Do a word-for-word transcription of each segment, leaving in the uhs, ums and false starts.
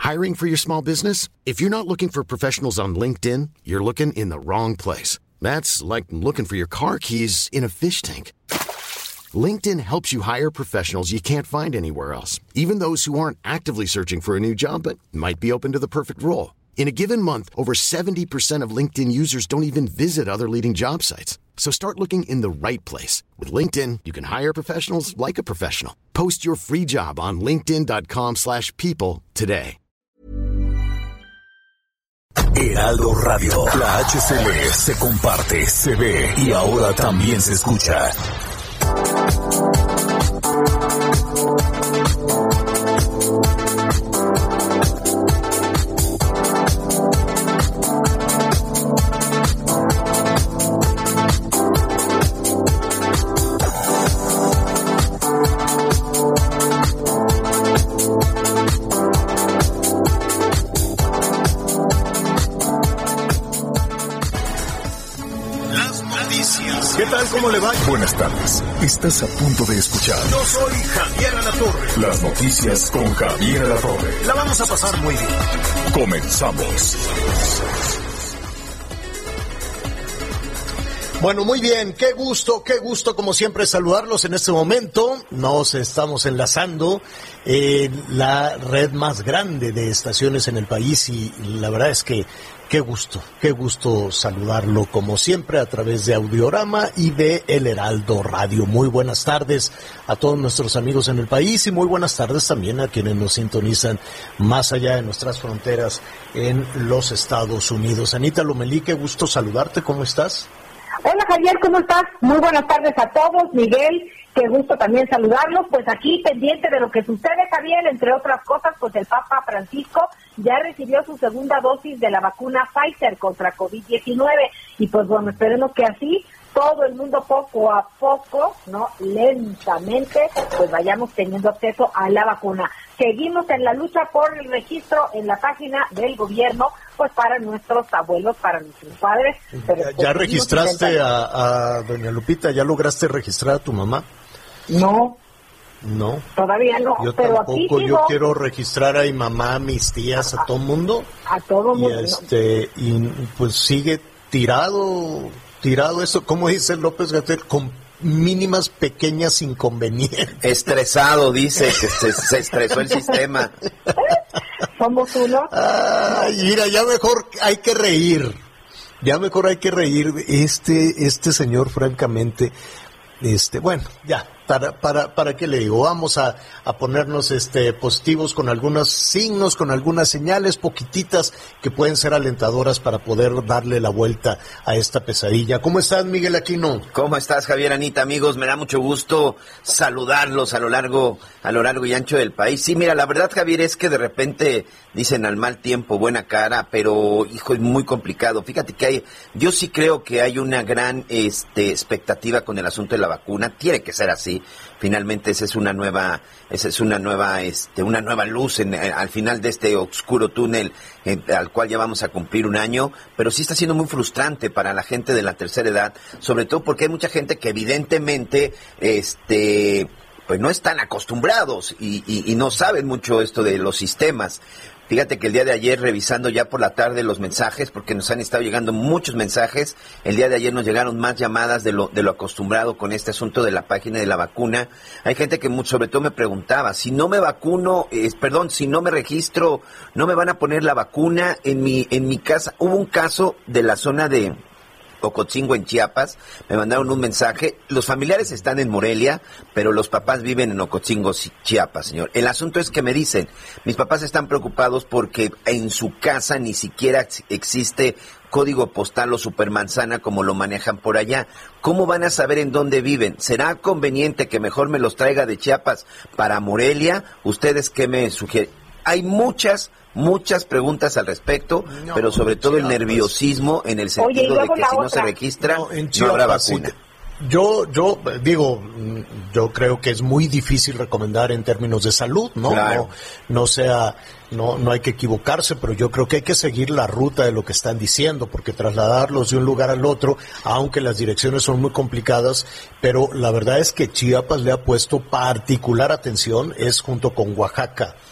Hiring for your small business? If you're not looking for professionals on LinkedIn, you're looking in the wrong place. That's like looking for your car keys in a fish tank. LinkedIn helps you hire professionals you can't find anywhere else, even those who aren't actively searching for a new job but might be open to the perfect role. In a given month, over seventy percent of LinkedIn users don't even visit other leading job sites. So start looking in the right place. With LinkedIn, you can hire professionals like a professional. Post your free job on linkedin.com slash people today. Heraldo Radio, la H C L se comparte, se ve y ahora también se escucha. ¿Qué tal? ¿Cómo le va? Buenas tardes. Estás a punto de escuchar. Yo soy Javier Alatorre. Las noticias con Javier Alatorre. La vamos a pasar muy bien. Comenzamos. Bueno, muy bien. Qué gusto, qué gusto como siempre saludarlos en este momento. Nos estamos enlazando en la red más grande de estaciones en el país y la verdad es que qué gusto, qué gusto saludarlo como siempre a través de Audiorama y de El Heraldo Radio. Muy buenas tardes a todos nuestros amigos en el país y muy buenas tardes también a quienes nos sintonizan más allá de nuestras fronteras en los Estados Unidos. Anita Lomelí, qué gusto saludarte, ¿cómo estás? Hola Javier, ¿cómo estás? Muy buenas tardes a todos. Miguel, qué gusto también saludarlos. Pues aquí pendiente de lo que sucede, Javier, entre otras cosas, pues el Papa Francisco ya recibió su segunda dosis de la vacuna Pfizer contra COVID diecinueve y pues bueno, esperemos que así todo el mundo poco a poco, no lentamente, pues vayamos teniendo acceso a la vacuna. Seguimos en la lucha por el registro en la página del gobierno, pues para nuestros abuelos, para nuestros padres. Pero ¿Ya, ya registraste a, a doña Lupita? ¿Ya lograste registrar a tu mamá? No. No. Todavía no, yo pero tampoco, aquí sigo. Yo quiero registrar a mi mamá, a mis tías, a todo mundo. A todo mundo. Y, este, y pues sigue tirado, tirado eso, como dice López Gatell, con mínimas pequeñas inconvenientes. Estresado, dice, que se, se estresó el sistema. Somos uno. Ay, mira, ya mejor hay que reír. Ya mejor hay que reír. Este, este señor, francamente, este, bueno, ya. Para, para, para qué le digo, vamos a, a ponernos este positivos con algunos signos, con algunas señales poquititas que pueden ser alentadoras para poder darle la vuelta a esta pesadilla. ¿Cómo estás, Miguel Aquino? ¿Cómo estás, Javier, Anita, amigos? Me da mucho gusto saludarlos a lo largo, a lo largo y ancho del país. Sí, mira, la verdad, Javier, es que de repente dicen al mal tiempo buena cara, pero hijo, es muy complicado. Fíjate que hay, yo sí creo que hay una gran este expectativa con el asunto de la vacuna. Tiene que ser así. Finalmente esa es una nueva, esa es una nueva, este, una nueva luz en, en, al final de este oscuro túnel en, al cual ya vamos a cumplir un año, pero sí está siendo muy frustrante para la gente de la tercera edad, sobre todo porque hay mucha gente que evidentemente, este, pues no están acostumbrados y, y, y no saben mucho esto de los sistemas. Fíjate que el día de ayer, revisando ya por la tarde los mensajes, porque nos han estado llegando muchos mensajes, el día de ayer nos llegaron más llamadas de lo de lo acostumbrado con este asunto de la página de la vacuna. Hay gente que mucho, sobre todo me preguntaba, si no me vacuno, eh, perdón, si no me registro, ¿no me van a poner la vacuna en mi en mi casa? Hubo un caso de la zona de Ocotzingo, en Chiapas, me mandaron un mensaje, los familiares están en Morelia, pero los papás viven en Ocotzingo, Chiapas, señor. El asunto es que me dicen, mis papás están preocupados porque en su casa ni siquiera existe código postal o supermanzana como lo manejan por allá. ¿Cómo van a saber en dónde viven? ¿Será conveniente que mejor me los traiga de Chiapas para Morelia? ¿Ustedes qué me sugieren? Hay muchas Muchas preguntas al respecto, no, pero sobre todo el nerviosismo en el sentido Oye, de que si otra. no se registra, no, Chiapas, no habrá vacuna. Sí. Yo, yo digo, yo creo que es muy difícil recomendar en términos de salud, ¿no? Claro. No, no sea, no, no hay que equivocarse, pero yo creo que hay que seguir la ruta de lo que están diciendo, porque trasladarlos de un lugar al otro, aunque las direcciones son muy complicadas, pero la verdad es que Chiapas le ha puesto particular atención, es junto con Oaxaca.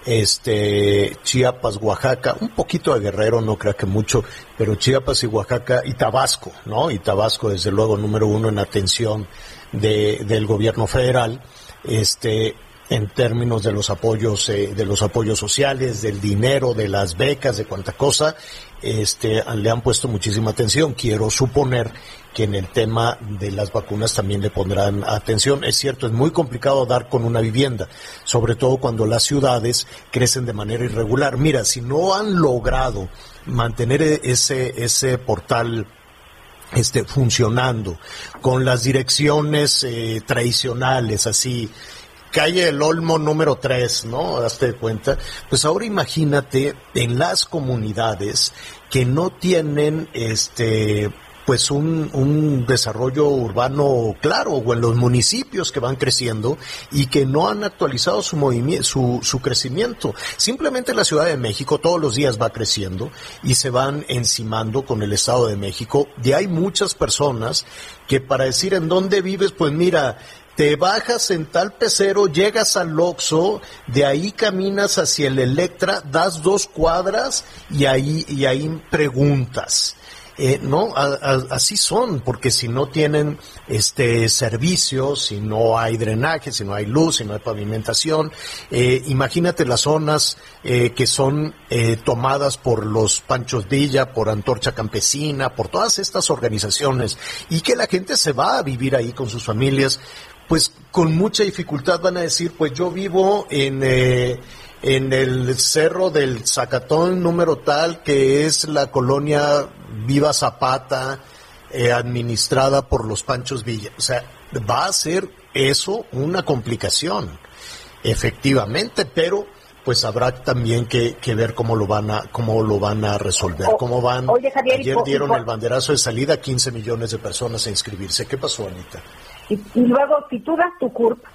este, Chiapas, Oaxaca, un poquito de Guerrero, no creo que mucho, pero Chiapas y Oaxaca y Tabasco, ¿no? Y Tabasco, desde luego, número uno en atención de, del gobierno federal, este, en términos de los apoyos, eh, de los apoyos sociales, del dinero, de las becas, de cuánta cosa, este, le han puesto muchísima atención. Quiero suponer que en el tema de las vacunas también le pondrán atención. Es cierto, es muy complicado dar con una vivienda, sobre todo cuando las ciudades crecen de manera irregular. Mira, si no han logrado mantener ese, ese portal este, funcionando, con las direcciones eh, tradicionales, así, calle El Olmo número tres, ¿no? Hazte de cuenta. Pues ahora imagínate en las comunidades que no tienen este pues un, un desarrollo urbano claro, o en los municipios que van creciendo y que no han actualizado su movimiento, su, su crecimiento. Simplemente la Ciudad de México todos los días va creciendo y se van encimando con el Estado de México. Y hay muchas personas que para decir en dónde vives, pues mira, te bajas en tal pecero, llegas al Oxxo, de ahí caminas hacia el Electra, das dos cuadras y ahí, y ahí preguntas. Eh, no, a, a, así son, porque si no tienen este servicios, si no hay drenaje, si no hay luz, si no hay pavimentación, eh, imagínate las zonas eh, que son eh, tomadas por los Panchos Villa, por Antorcha Campesina, por todas estas organizaciones, y que la gente se va a vivir ahí con sus familias, pues con mucha dificultad van a decir, pues yo vivo en eh, en el cerro del Zacatón número tal, que es la colonia Viva Zapata, eh, administrada por los Panchos Villa. O sea, va a ser eso una complicación, efectivamente, pero pues habrá también que, que ver cómo lo van a cómo lo van a resolver, cómo van. Oye, Javier, ayer y, dieron y, el banderazo de salida a quince millones de personas a inscribirse. ¿Qué pasó, Anita? Y, y luego, si tú das tu C U R P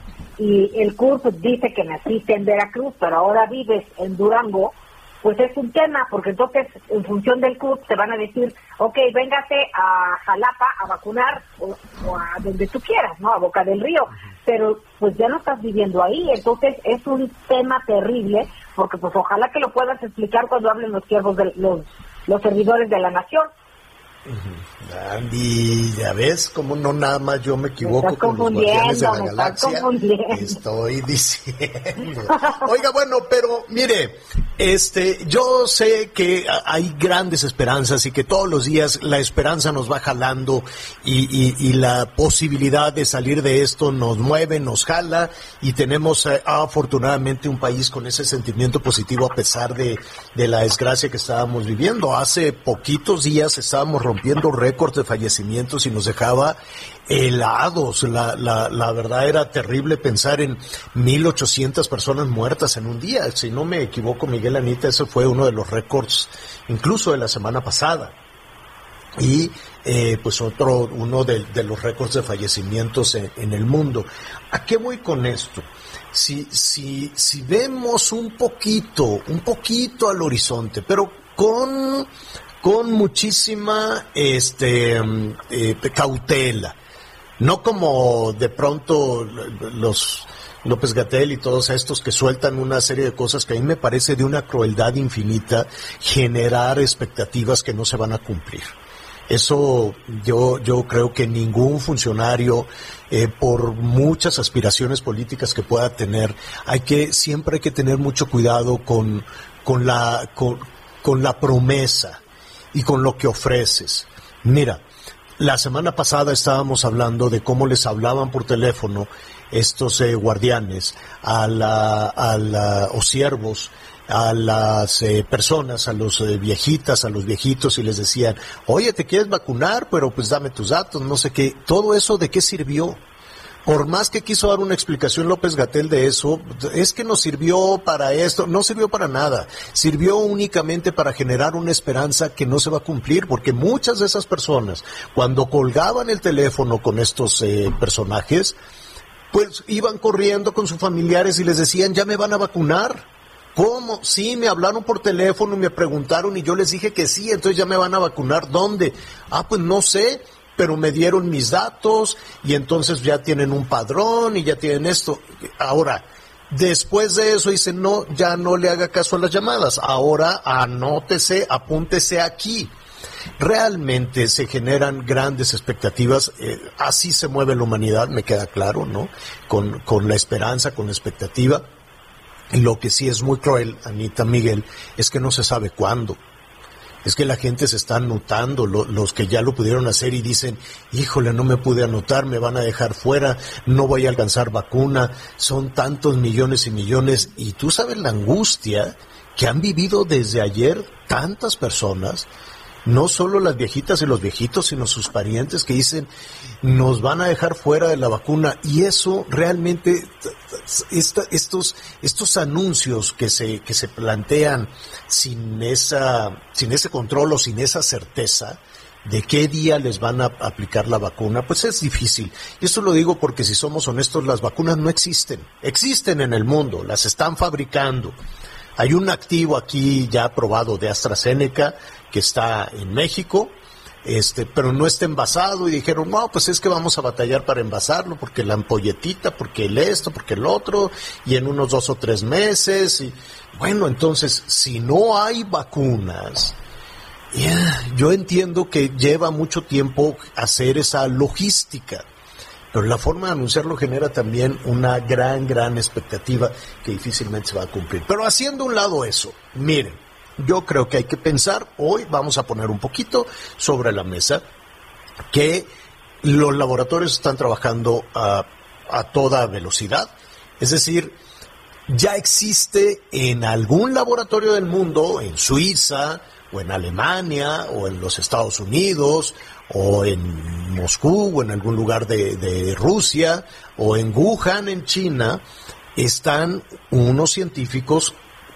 y el C U R P dice que naciste en Veracruz, pero ahora vives en Durango, pues es un tema, porque entonces, en función del C U R P, te van a decir, ok, véngase a Jalapa a vacunar, o, o a donde tú quieras, ¿no? A Boca del Río, pero pues ya no estás viviendo ahí, entonces es un tema terrible, porque pues ojalá que lo puedas explicar cuando hablen los siervos de los, los servidores de la nación. Andy, ya ves cómo no nada más yo me equivoco con los Guardianes de la Galaxia. Estoy diciendo. Oiga, bueno, pero mire, este, yo sé que hay grandes esperanzas y que todos los días la esperanza nos va jalando y, y, y la posibilidad de salir de esto nos mueve, nos jala, y tenemos eh, afortunadamente un país con ese sentimiento positivo a pesar de, de la desgracia que estábamos viviendo. Hace poquitos días estábamos rompiendo récords de fallecimientos y nos dejaba helados. La, la, la verdad era terrible pensar en mil ochocientas personas muertas en un día. Si no me equivoco, Miguel, Anita, ese fue uno de los récords incluso de la semana pasada. Y eh, pues otro, uno de, de los récords de fallecimientos en, en el mundo. ¿A qué voy con esto? Si, si, si vemos un poquito, un poquito al horizonte, pero con... con muchísima este eh, cautela, no como de pronto los López-Gatell y todos estos que sueltan una serie de cosas que a mí me parece de una crueldad infinita, generar expectativas que no se van a cumplir. Eso yo yo creo que ningún funcionario, eh, por muchas aspiraciones políticas que pueda tener, hay que siempre hay que tener mucho cuidado con con la con, con la promesa y con lo que ofreces. Mira, la semana pasada estábamos hablando de cómo les hablaban por teléfono estos eh, guardianes a la, a la, o siervos, a las eh, personas, a los eh, viejitas, a los viejitos, y les decían, oye, ¿te quieres vacunar? Pero pues dame tus datos, no sé qué. Todo eso, ¿de qué sirvió? Por más que quiso dar una explicación López-Gatell de eso, es que nos sirvió para esto, no sirvió para nada, sirvió únicamente para generar una esperanza que no se va a cumplir, porque muchas de esas personas, cuando colgaban el teléfono con estos eh, personajes, pues iban corriendo con sus familiares y les decían, ya me van a vacunar. ¿Cómo? Sí, me hablaron por teléfono y me preguntaron y yo les dije que sí, entonces ya me van a vacunar. ¿Dónde? Ah, pues no sé, pero me dieron mis datos y entonces ya tienen un padrón y ya tienen esto. Ahora, Después de eso dice, no, ya no le haga caso a las llamadas, ahora anótese, apúntese aquí. Realmente se generan grandes expectativas, eh, así se mueve la humanidad, me queda claro, ¿no? Con, con la esperanza, con la expectativa. Y lo que sí es muy cruel, Anita, Miguel, es que no se sabe cuándo. Es que la gente se está anotando, lo, los que ya lo pudieron hacer y dicen, híjole, no me pude anotar, me van a dejar fuera, no voy a alcanzar vacuna, son tantos millones y millones. Y tú sabes la angustia que han vivido desde ayer tantas personas, no solo las viejitas y los viejitos, sino sus parientes que dicen, nos van a dejar fuera de la vacuna. Y eso realmente, esta, estos, estos anuncios que se, que se plantean sin esa, sin ese control o sin esa certeza de qué día les van a aplicar la vacuna, pues es difícil. Y esto lo digo porque, si somos honestos, las vacunas no existen. Existen en el mundo, las están fabricando. Hay un activo aquí ya aprobado de AstraZeneca que está en México, este, pero no está envasado, y dijeron, no, pues es que vamos a batallar para envasarlo, porque la ampolletita, porque el esto, porque el otro, y en unos dos o tres meses, y bueno, entonces, si no hay vacunas, yeah, yo entiendo que lleva mucho tiempo hacer esa logística, pero la forma de anunciarlo genera también una gran, gran expectativa que difícilmente se va a cumplir. Pero haciendo a un lado eso, miren, yo creo que hay que pensar, hoy vamos a poner un poquito sobre la mesa, que los laboratorios están trabajando a, a toda velocidad. Es decir, ya existe en algún laboratorio del mundo, en Suiza, o en Alemania, o en los Estados Unidos, o en Moscú, o en algún lugar de, de Rusia, o en Wuhan, en China, están unos científicos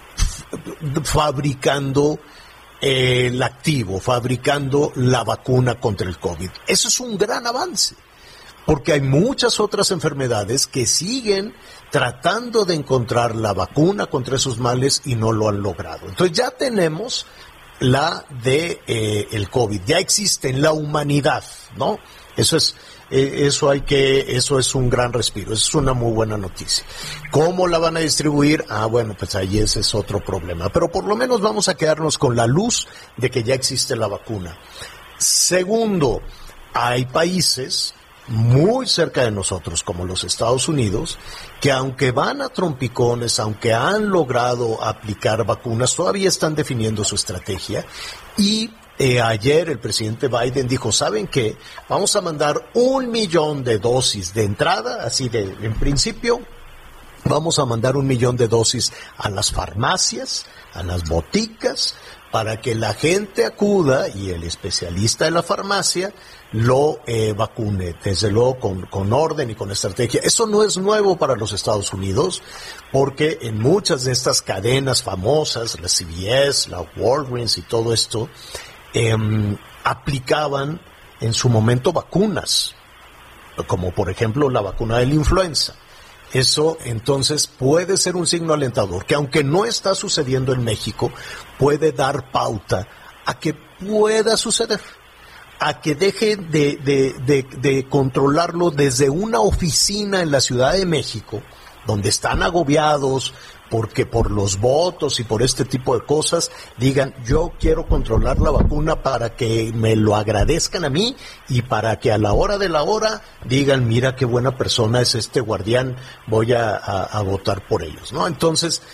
fabricando eh, el activo, fabricando la vacuna contra el COVID. Eso es un gran avance, porque hay muchas otras enfermedades que siguen tratando de encontrar la vacuna contra esos males y no lo han logrado. Entonces ya tenemos la de eh, el COVID, ya existe en la humanidad, ¿no? Eso es eh, eso hay que eso es un gran respiro, eso es una muy buena noticia. ¿Cómo la van a distribuir? Ah, bueno, pues ahí ese es otro problema, pero por lo menos vamos a quedarnos con la luz de que ya existe la vacuna. Segundo, hay países muy cerca de nosotros, como los Estados Unidos, que aunque van a trompicones, aunque han logrado aplicar vacunas, todavía están definiendo su estrategia. Y eh, ayer el presidente Biden dijo, ¿saben qué? Vamos a mandar un millón de dosis de entrada, así de, en principio, vamos a mandar un millón de dosis a las farmacias, a las boticas, para que la gente acuda y el especialista de la farmacia lo eh, vacune, desde luego con, con orden y con estrategia. Eso no es nuevo para los Estados Unidos, porque en muchas de estas cadenas famosas, la C V S, la Walgreens y todo esto, eh, aplicaban en su momento vacunas, como por ejemplo la vacuna de la influenza. Eso entonces puede ser un signo alentador, que aunque no está sucediendo en México, puede dar pauta a que pueda suceder, a que deje de, de, de, de controlarlo desde una oficina en la Ciudad de México, donde están agobiados porque por los votos y por este tipo de cosas, digan, yo quiero controlar la vacuna para que me lo agradezcan a mí y para que a la hora de la hora digan, mira qué buena persona es este guardián, voy a, a, a votar por ellos, ¿no? Entonces,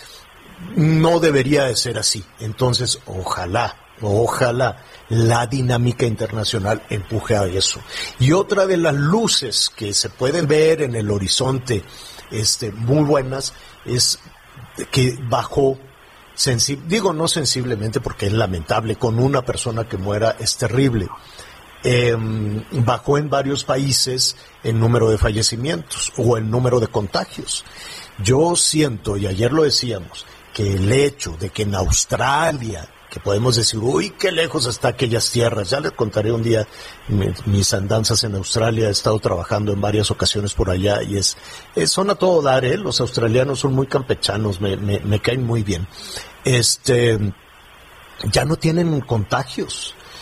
no debería de ser así. Entonces, ojalá, ojalá la dinámica internacional empuje a eso. Y otra de las luces que se pueden ver en el horizonte, este, muy buenas, es que bajó, sensi- digo no sensiblemente porque es lamentable, con una persona que muera es terrible, eh, bajó en varios países el número de fallecimientos o el número de contagios. Yo siento, y ayer lo decíamos, que el hecho de que en Australia, que podemos decir, uy, qué lejos está aquellas tierras, ya les contaré un día mis andanzas en Australia, he estado trabajando en varias ocasiones por allá y es, es son a todo dar, ¿eh? Los australianos son muy campechanos, me, me, me caen muy bien. Este, ya no tienen contagios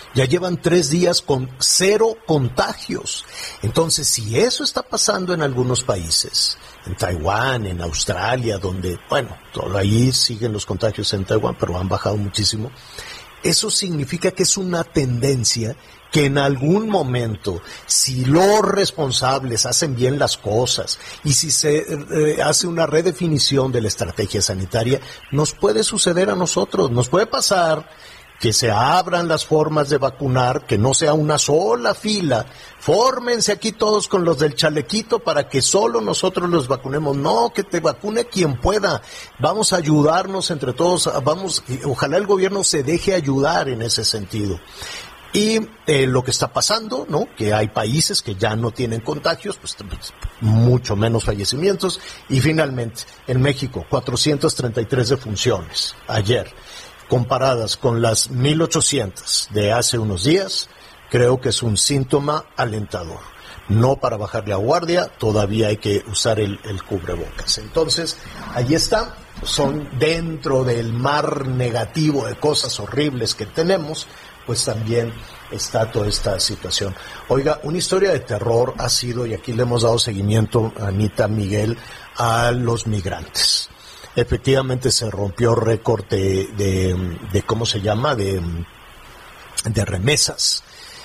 Ya llevan tres días con cero contagios. Entonces, si eso está pasando en algunos países, en Taiwán, en Australia, donde, bueno, todo ahí siguen los contagios en Taiwán, pero han bajado muchísimo, eso significa que es una tendencia que en algún momento, si los responsables hacen bien las cosas y si se eh, hace una redefinición de la estrategia sanitaria, nos puede suceder a nosotros, nos puede pasar que se abran las formas de vacunar, que no sea una sola fila, fórmense aquí todos con los del chalequito para que solo nosotros los vacunemos, no, que te vacune quien pueda, vamos a ayudarnos entre todos, vamos, ojalá el gobierno se deje ayudar en ese sentido. Y eh, lo que está pasando, ¿no? Que hay países que ya no tienen contagios, pues, pues mucho menos fallecimientos. Y finalmente, en México, cuatrocientas treinta y tres defunciones ayer, comparadas con las mil ochocientas de hace unos días, creo que es un síntoma alentador. No para bajar la guardia, todavía hay que usar el, el cubrebocas. Entonces, ahí está, son dentro del mar negativo de cosas horribles que tenemos, pues también está toda esta situación. Oiga, una historia de terror ha sido, y aquí le hemos dado seguimiento, Anita, Miguel, a los migrantes. Efectivamente se rompió récord de, de, de, ¿cómo se llama?, de, de remesas.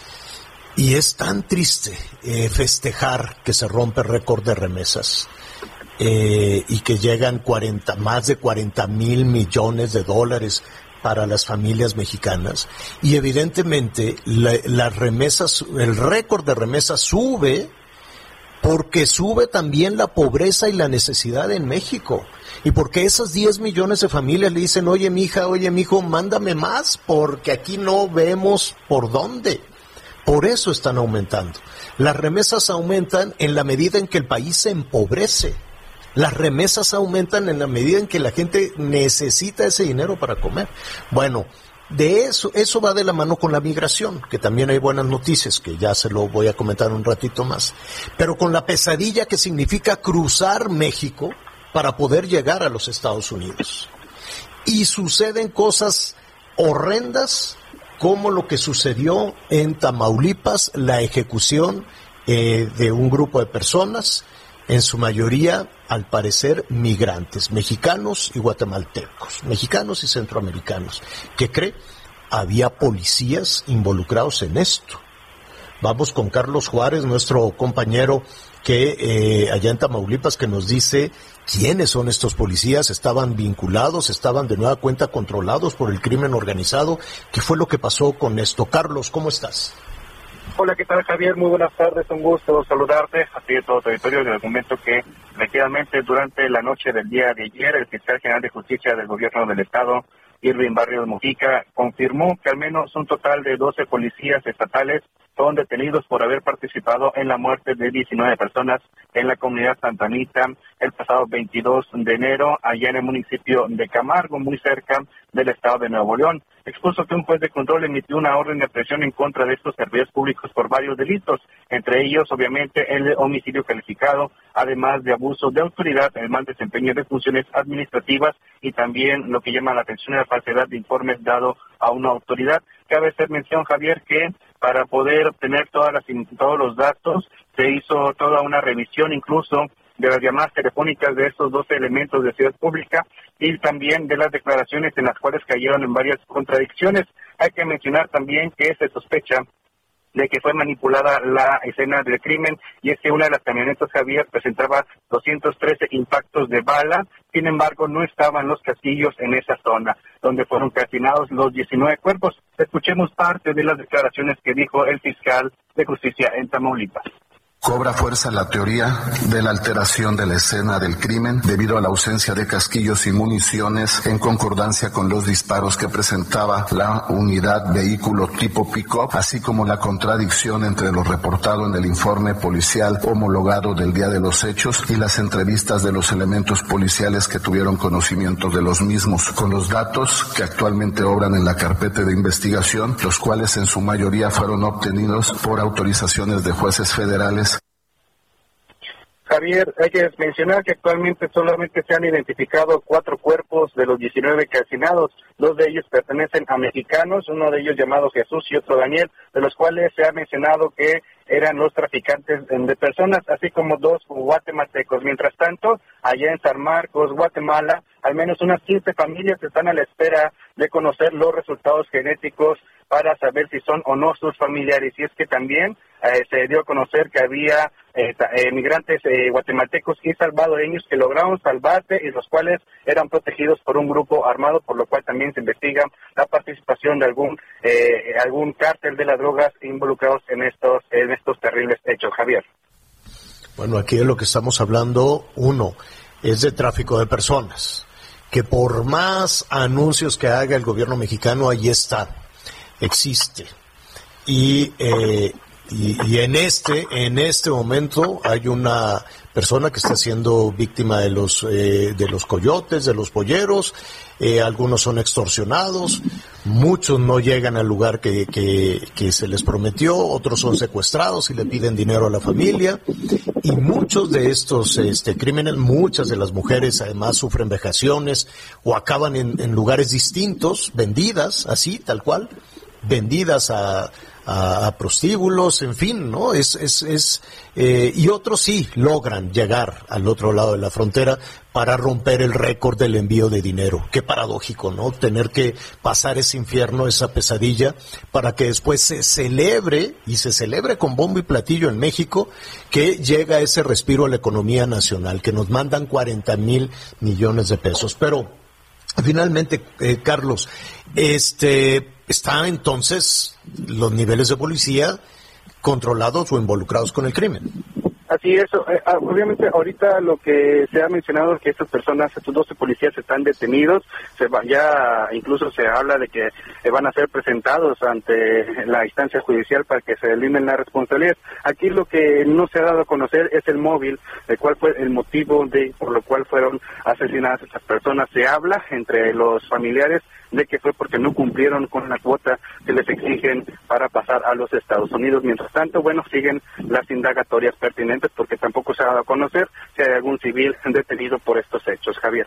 Y es tan triste eh, festejar que se rompe récord de remesas eh, y que llegan cuarenta, más de cuarenta mil millones de dólares para las familias mexicanas, y evidentemente la, las remesas, el récord de remesas sube porque sube también la pobreza y la necesidad en México, y porque esas diez millones de familias le dicen, oye mija, oye mijo, mándame más, porque aquí no vemos por dónde. Por eso están aumentando. Las remesas aumentan en la medida en que el país se empobrece. Las remesas aumentan en la medida en que la gente necesita ese dinero para comer. Bueno, de eso, eso va de la mano con la migración, que también hay buenas noticias, que ya se lo voy a comentar un ratito más. Pero con la pesadilla que significa cruzar México para poder llegar a los Estados Unidos. Y suceden cosas horrendas, como lo que sucedió en Tamaulipas, la ejecución eh, de un grupo de personas, en su mayoría, al parecer, migrantes, mexicanos y guatemaltecos, mexicanos y centroamericanos. ¿Qué cree? Había policías involucrados en esto. Vamos con Carlos Juárez, nuestro compañero que eh, allá en Tamaulipas, que nos dice quiénes son estos policías, estaban vinculados, estaban de nueva cuenta controlados por el crimen organizado. ¿Qué fue lo que pasó con esto? Carlos, ¿cómo estás? Hola, ¿qué tal, Javier? Muy buenas tardes, un gusto saludarte a ti y a todo tu auditorio. En el momento que, efectivamente, durante la noche del día de ayer, el fiscal general de justicia del gobierno del estado, Irving Barrios Mujica, confirmó que al menos un total de doce policías estatales son detenidos por haber participado en la muerte de diecinueve personas en la comunidad Santa Anita el pasado veintidós de enero, allá en el municipio de Camargo, muy cerca del estado de Nuevo León. Expuso que un juez de control emitió una orden de aprehensión en contra de estos servidores públicos por varios delitos, entre ellos, obviamente, el homicidio calificado, además de abuso de autoridad, el mal desempeño de funciones administrativas y también lo que llama la atención a la falsedad de informes dado a una autoridad. Cabe hacer mención, Javier, que para poder obtener todas las, todos los datos se hizo toda una revisión incluso de las llamadas telefónicas de estos doce elementos de seguridad pública y también de las declaraciones en las cuales cayeron en varias contradicciones. Hay que mencionar también que se sospecha de que fue manipulada la escena del crimen, y es que una de las camionetas, Javier, presentaba doscientos trece impactos de bala, sin embargo no estaban los casquillos en esa zona, donde fueron calcinados los diecinueve cuerpos. Escuchemos parte de las declaraciones que dijo el fiscal de justicia en Tamaulipas. Cobra fuerza la teoría de la alteración de la escena del crimen debido a la ausencia de casquillos y municiones en concordancia con los disparos que presentaba la unidad vehículo tipo pick-up, así como la contradicción entre lo reportado en el informe policial homologado del día de los hechos y las entrevistas de los elementos policiales que tuvieron conocimiento de los mismos, con los datos que actualmente obran en la carpeta de investigación, los cuales en su mayoría fueron obtenidos por autorizaciones de jueces federales. Javier, hay que mencionar que actualmente solamente se han identificado cuatro cuerpos de los diecinueve calcinados. Dos de ellos pertenecen a mexicanos, uno de ellos llamado Jesús y otro Daniel, de los cuales se ha mencionado que eran los traficantes de personas, así como dos guatemaltecos. Mientras tanto, allá en San Marcos, Guatemala, al menos unas quince familias están a la espera de conocer los resultados genéticos para saber si son o no sus familiares. Y es que también eh, se dio a conocer que había eh, eh, migrantes eh, guatemaltecos y salvadoreños que lograron salvarse y los cuales eran protegidos por un grupo armado, por lo cual también se investiga la participación de algún eh, algún cártel de las drogas involucrados en estos en estos terribles hechos, Javier. Bueno, aquí de lo que estamos hablando, uno, es de tráfico de personas, que por más anuncios que haga el gobierno mexicano, ahí está, existe. Y, eh, y, y en este en este momento hay una persona que está siendo víctima de los eh, de los coyotes, de los polleros. Eh, algunos son extorsionados, muchos no llegan al lugar que, que, que se les prometió, otros son secuestrados y le piden dinero a la familia, y muchos de estos este, crímenes, muchas de las mujeres además sufren vejaciones o acaban en, en lugares distintos, vendidas, así, tal cual, vendidas a... A, a prostíbulos, en fin, ¿no? Es, es, es, eh, y otros sí logran llegar al otro lado de la frontera para romper el récord del envío de dinero. Qué paradójico, ¿no? Tener que pasar ese infierno, esa pesadilla, para que después se celebre, y se celebre con bombo y platillo en México, que llega ese respiro a la economía nacional, que nos mandan cuarenta mil millones de pesos. Pero, finalmente, eh, Carlos, este... ¿están entonces los niveles de policía controlados o involucrados con el crimen? Así es, eh, obviamente ahorita lo que se ha mencionado es que estas personas, estos doce policías están detenidos, se va, ya incluso se habla de que eh, van a ser presentados ante la instancia judicial para que se eliminen las responsabilidades. Aquí lo que no se ha dado a conocer es el móvil, de cuál fue el motivo de por lo cual fueron asesinadas estas personas. Se habla entre los familiares de que fue porque no cumplieron con la cuota que les exigen para pasar a los Estados Unidos. Mientras tanto, bueno, siguen las indagatorias pertinentes porque tampoco se ha dado a conocer si hay algún civil detenido por estos hechos, Javier.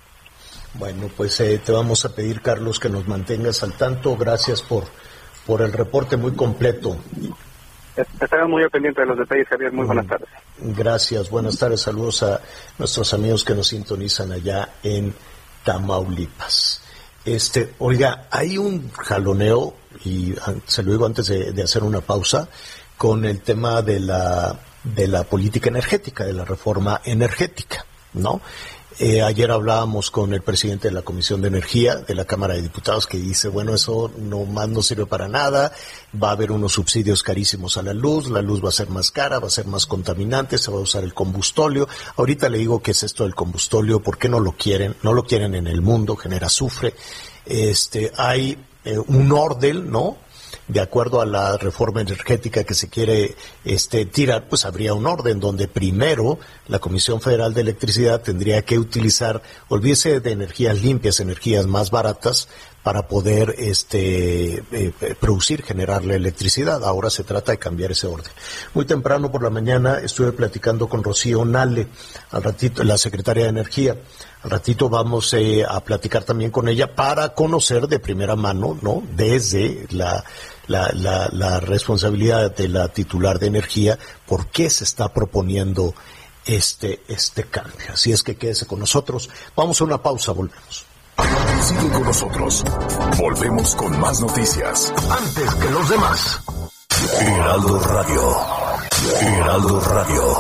Bueno, pues eh, te vamos a pedir, Carlos, que nos mantengas al tanto. Gracias por, por el reporte muy completo. Estarán muy al pendiente de los detalles, Javier. Muy buenas tardes. Gracias, buenas tardes. Saludos a nuestros amigos que nos sintonizan allá en Tamaulipas. Este, oiga, hay un jaloneo, y se lo digo antes de, de hacer una pausa, con el tema de la, de la política energética, de la reforma energética, ¿no? Eh, ayer hablábamos con el presidente de la Comisión de Energía de la Cámara de Diputados, que dice, bueno, eso no más no sirve para nada, va a haber unos subsidios carísimos a la luz, la luz va a ser más cara, va a ser más contaminante, se va a usar el combustóleo. Ahorita le digo qué es esto del combustóleo, por qué no lo quieren, no lo quieren en el mundo, genera azufre. Este, hay eh, un orden, ¿no? De acuerdo a la reforma energética que se quiere este, tirar, pues habría un orden donde primero la Comisión Federal de Electricidad tendría que utilizar, olvídese de energías limpias, energías más baratas, para poder este eh, producir, generar la electricidad. Ahora se trata de cambiar ese orden. Muy temprano por la mañana estuve platicando con Rocío Nale, al ratito, la secretaria de Energía. Al ratito vamos eh, a platicar también con ella para conocer de primera mano, ¿no? Desde la, la, la, la responsabilidad de la titular de Energía, por qué se está proponiendo este, este cambio. Así es que quédese con nosotros. Vamos a una pausa, volvemos. Sigue con nosotros. Volvemos con más noticias. Antes que los demás. Heraldo Radio. Heraldo Radio.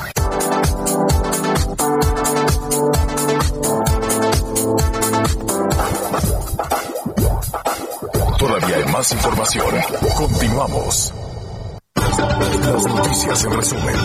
Todavía hay más información. Continuamos. Las noticias en resumen.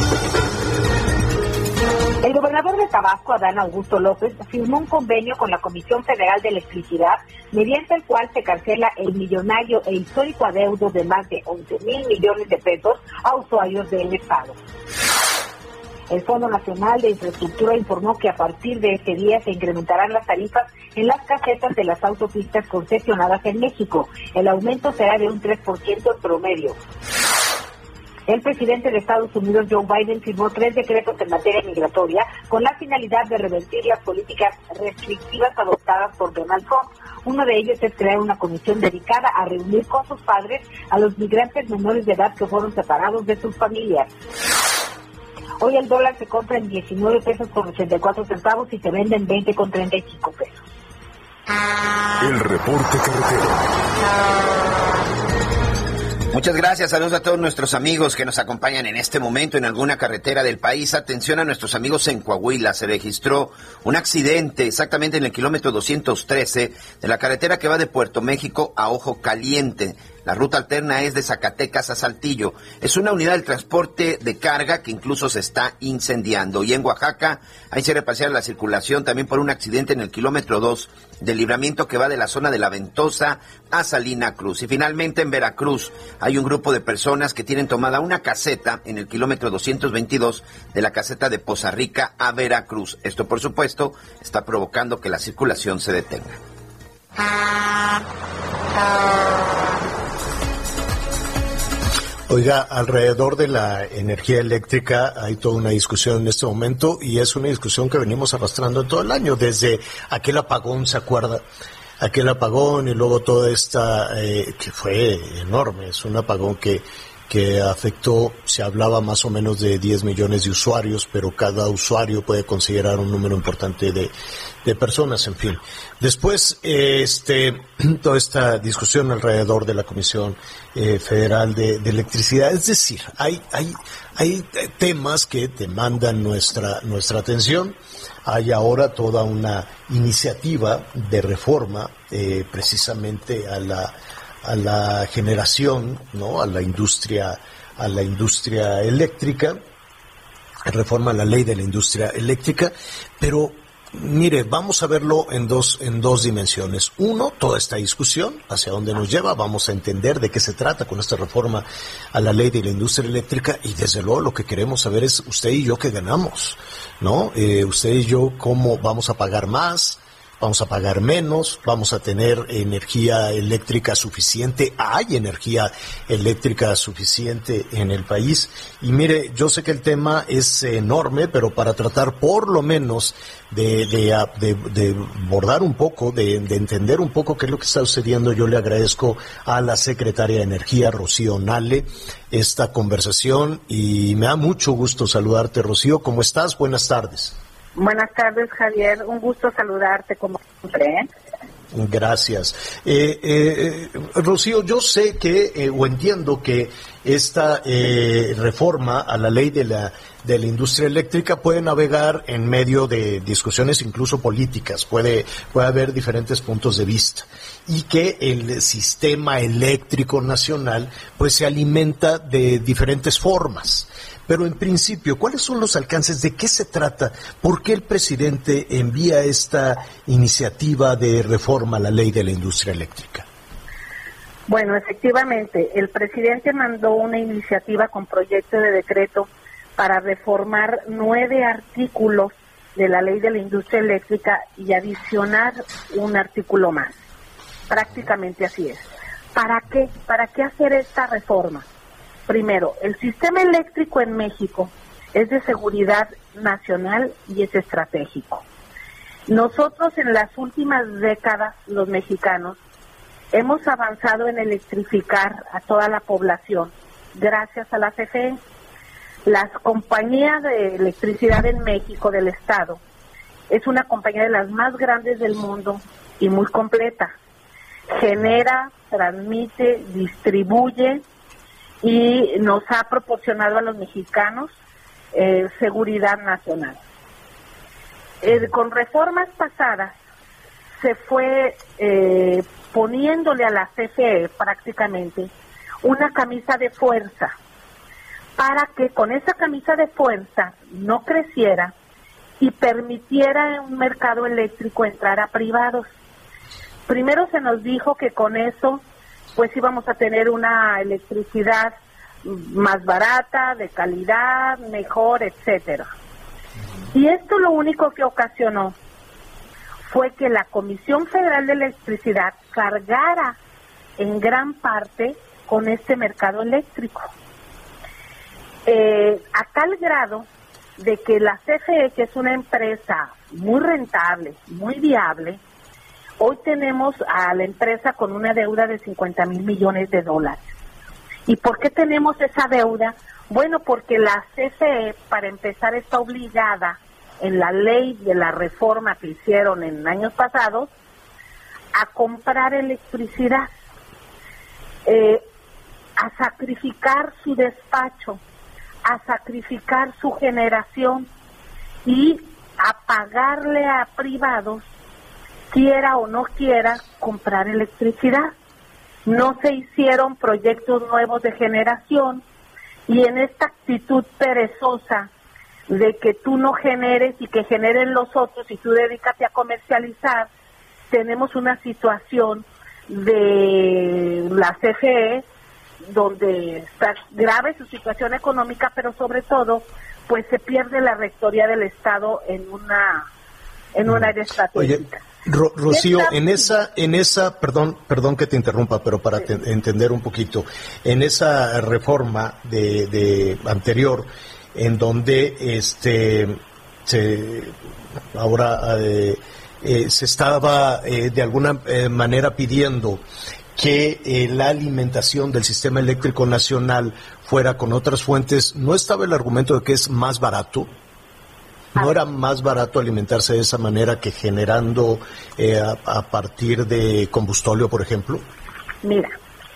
El gobernador de Tabasco, Adán Augusto López, firmó un convenio con la Comisión Federal de Electricidad, mediante el cual se cancela el millonario e histórico adeudo de más de once mil millones de pesos a usuarios del Estado. El Fondo Nacional de Infraestructura informó que a partir de este día se incrementarán las tarifas en las casetas de las autopistas concesionadas en México. El aumento será de un tres por ciento en promedio. El presidente de Estados Unidos, Joe Biden, firmó tres decretos en materia migratoria con la finalidad de revertir las políticas restrictivas adoptadas por Donald Trump. Uno de ellos es crear una comisión dedicada a reunir con sus padres a los migrantes menores de edad que fueron separados de sus familias. Hoy el dólar se compra en diecinueve pesos con ochenta y cuatro centavos y se vende en veinte con treinta y cinco pesos. El reporte carretero. Muchas gracias, saludos a todos nuestros amigos que nos acompañan en este momento en alguna carretera del país. Atención a nuestros amigos en Coahuila, se registró un accidente exactamente en el kilómetro doscientos trece de la carretera que va de Puerto México a Ojo Caliente. La ruta alterna es de Zacatecas a Saltillo. Es una unidad del transporte de carga que incluso se está incendiando. Y en Oaxaca hay que repasar la circulación también por un accidente en el kilómetro dos del libramiento que va de la zona de La Ventosa a Salina Cruz. Y finalmente en Veracruz hay un grupo de personas que tienen tomada una caseta en el kilómetro doscientos veintidós de la caseta de Poza Rica a Veracruz. Esto, por supuesto, está provocando que la circulación se detenga. Oiga, alrededor de la energía eléctrica hay toda una discusión en este momento y es una discusión que venimos arrastrando todo el año, desde aquel apagón, ¿se acuerda? Aquel apagón y luego toda esta, eh, que fue enorme, es un apagón que que afectó, se hablaba más o menos de diez millones de usuarios, pero cada usuario puede considerar un número importante de, de personas, en fin. Después, eh, este, toda esta discusión alrededor de la Comisión eh, Federal de, de Electricidad, es decir, hay, hay, hay temas que demandan nuestra, nuestra atención. Hay ahora toda una iniciativa de reforma, eh, precisamente a la a la generación, ¿no? A la industria, a la industria eléctrica, reforma a la ley de la industria eléctrica, pero mire, vamos a verlo en dos, en dos dimensiones. Uno, toda esta discusión, hacia dónde nos lleva, vamos a entender de qué se trata con esta reforma a la ley de la industria eléctrica y desde luego lo que queremos saber es usted y yo qué ganamos, ¿no? Eh, usted y yo cómo vamos a pagar más, vamos a pagar menos, vamos a tener energía eléctrica suficiente, hay energía eléctrica suficiente en el país. Y mire, yo sé que el tema es enorme, pero para tratar por lo menos de, de, de, de bordar un poco, de, de entender un poco qué es lo que está sucediendo, yo le agradezco a la secretaria de Energía, Rocío Nale, esta conversación y me da mucho gusto saludarte, Rocío. ¿Cómo estás? Buenas tardes. Buenas tardes, Javier. Un gusto saludarte como siempre, ¿eh? Gracias. Eh, eh, Rocío, yo sé que, eh, o entiendo que esta eh, reforma a la ley de la de la industria eléctrica puede navegar en medio de discusiones incluso políticas, puede, puede haber diferentes puntos de vista y que el sistema eléctrico nacional pues se alimenta de diferentes formas. Pero en principio, ¿cuáles son los alcances? ¿De qué se trata? ¿Por qué el presidente envía esta iniciativa de reforma a la ley de la industria eléctrica? Bueno, efectivamente, el presidente mandó una iniciativa con proyecto de decreto para reformar nueve artículos de la ley de la industria eléctrica y adicionar un artículo más. Prácticamente así es. ¿Para qué? ¿Para qué hacer esta reforma? Primero, el sistema eléctrico en México es de seguridad nacional y es estratégico. Nosotros en las últimas décadas, los mexicanos, hemos avanzado en electrificar a toda la población gracias a la C F E. La compañía de electricidad en México del Estado es una compañía de las más grandes del mundo y muy completa. Genera, transmite, distribuye y nos ha proporcionado a los mexicanos eh, seguridad nacional. Eh, con reformas pasadas se fue eh, poniéndole a la C F E prácticamente una camisa de fuerza para que con esa camisa de fuerza no creciera y permitiera en un mercado eléctrico entrar a privados. Primero se nos dijo que con eso pues íbamos a tener una electricidad más barata, de calidad, mejor, etcétera. Y esto lo único que ocasionó fue que la Comisión Federal de Electricidad cargara en gran parte con este mercado eléctrico. eh, a tal grado de que la C F E, que es una empresa muy rentable, muy viable, hoy tenemos a la empresa con una deuda de cincuenta mil millones de dólares. ¿Y por qué tenemos esa deuda? Bueno, porque la C F E, para empezar, está obligada en la ley de la reforma que hicieron en años pasados a comprar electricidad, eh, a sacrificar su despacho, a sacrificar su generación y a pagarle a privados, quiera o no quiera, comprar electricidad. No se hicieron proyectos nuevos de generación y en esta actitud perezosa de que tú no generes y que generen los otros y tú dedícate a comercializar, tenemos una situación de la C F E donde está grave su situación económica, pero sobre todo pues se pierde la rectoría del Estado en una en un área estratégica. Oye, Ro- Rocío, en esa en esa perdón perdón que te interrumpa, pero para sí. te, entender un poquito, en esa reforma de, de anterior en donde este se ahora eh, eh, se estaba eh, de alguna eh, manera pidiendo que eh, la alimentación del sistema eléctrico nacional fuera con otras fuentes, ¿no estaba el argumento de que es más barato? ¿No ah. era más barato alimentarse de esa manera que generando eh, a, a partir de combustóleo, por ejemplo? Mira,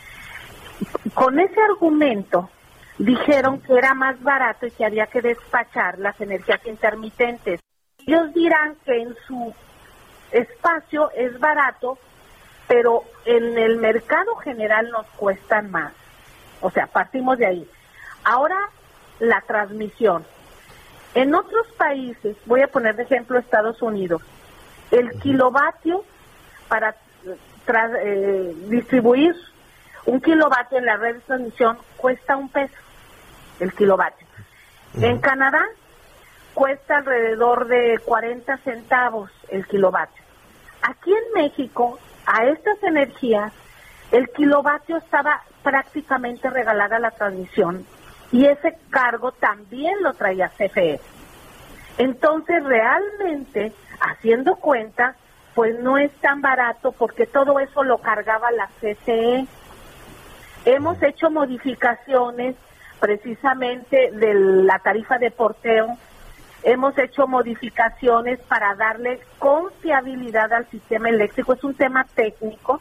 con ese argumento dijeron que era más barato y que había que despachar las energías intermitentes. Ellos dirán que en su espacio es barato, pero en el mercado general nos cuestan más. O sea, partimos de ahí. Ahora, la transmisión. En otros países, voy a poner de ejemplo Estados Unidos, el kilovatio para tra- eh, distribuir un kilovatio en la red de transmisión cuesta un peso, el kilovatio. Uh-huh. En Canadá cuesta alrededor de cuarenta centavos el kilovatio. Aquí en México, a estas energías, el kilovatio estaba prácticamente regalada a la transmisión y ese cargo también lo traía C F E. Entonces, realmente, haciendo cuenta, pues no es tan barato porque todo eso lo cargaba la C F E. Hemos hecho modificaciones precisamente de la tarifa de porteo, hemos hecho modificaciones para darle confiabilidad al sistema eléctrico, es un tema técnico,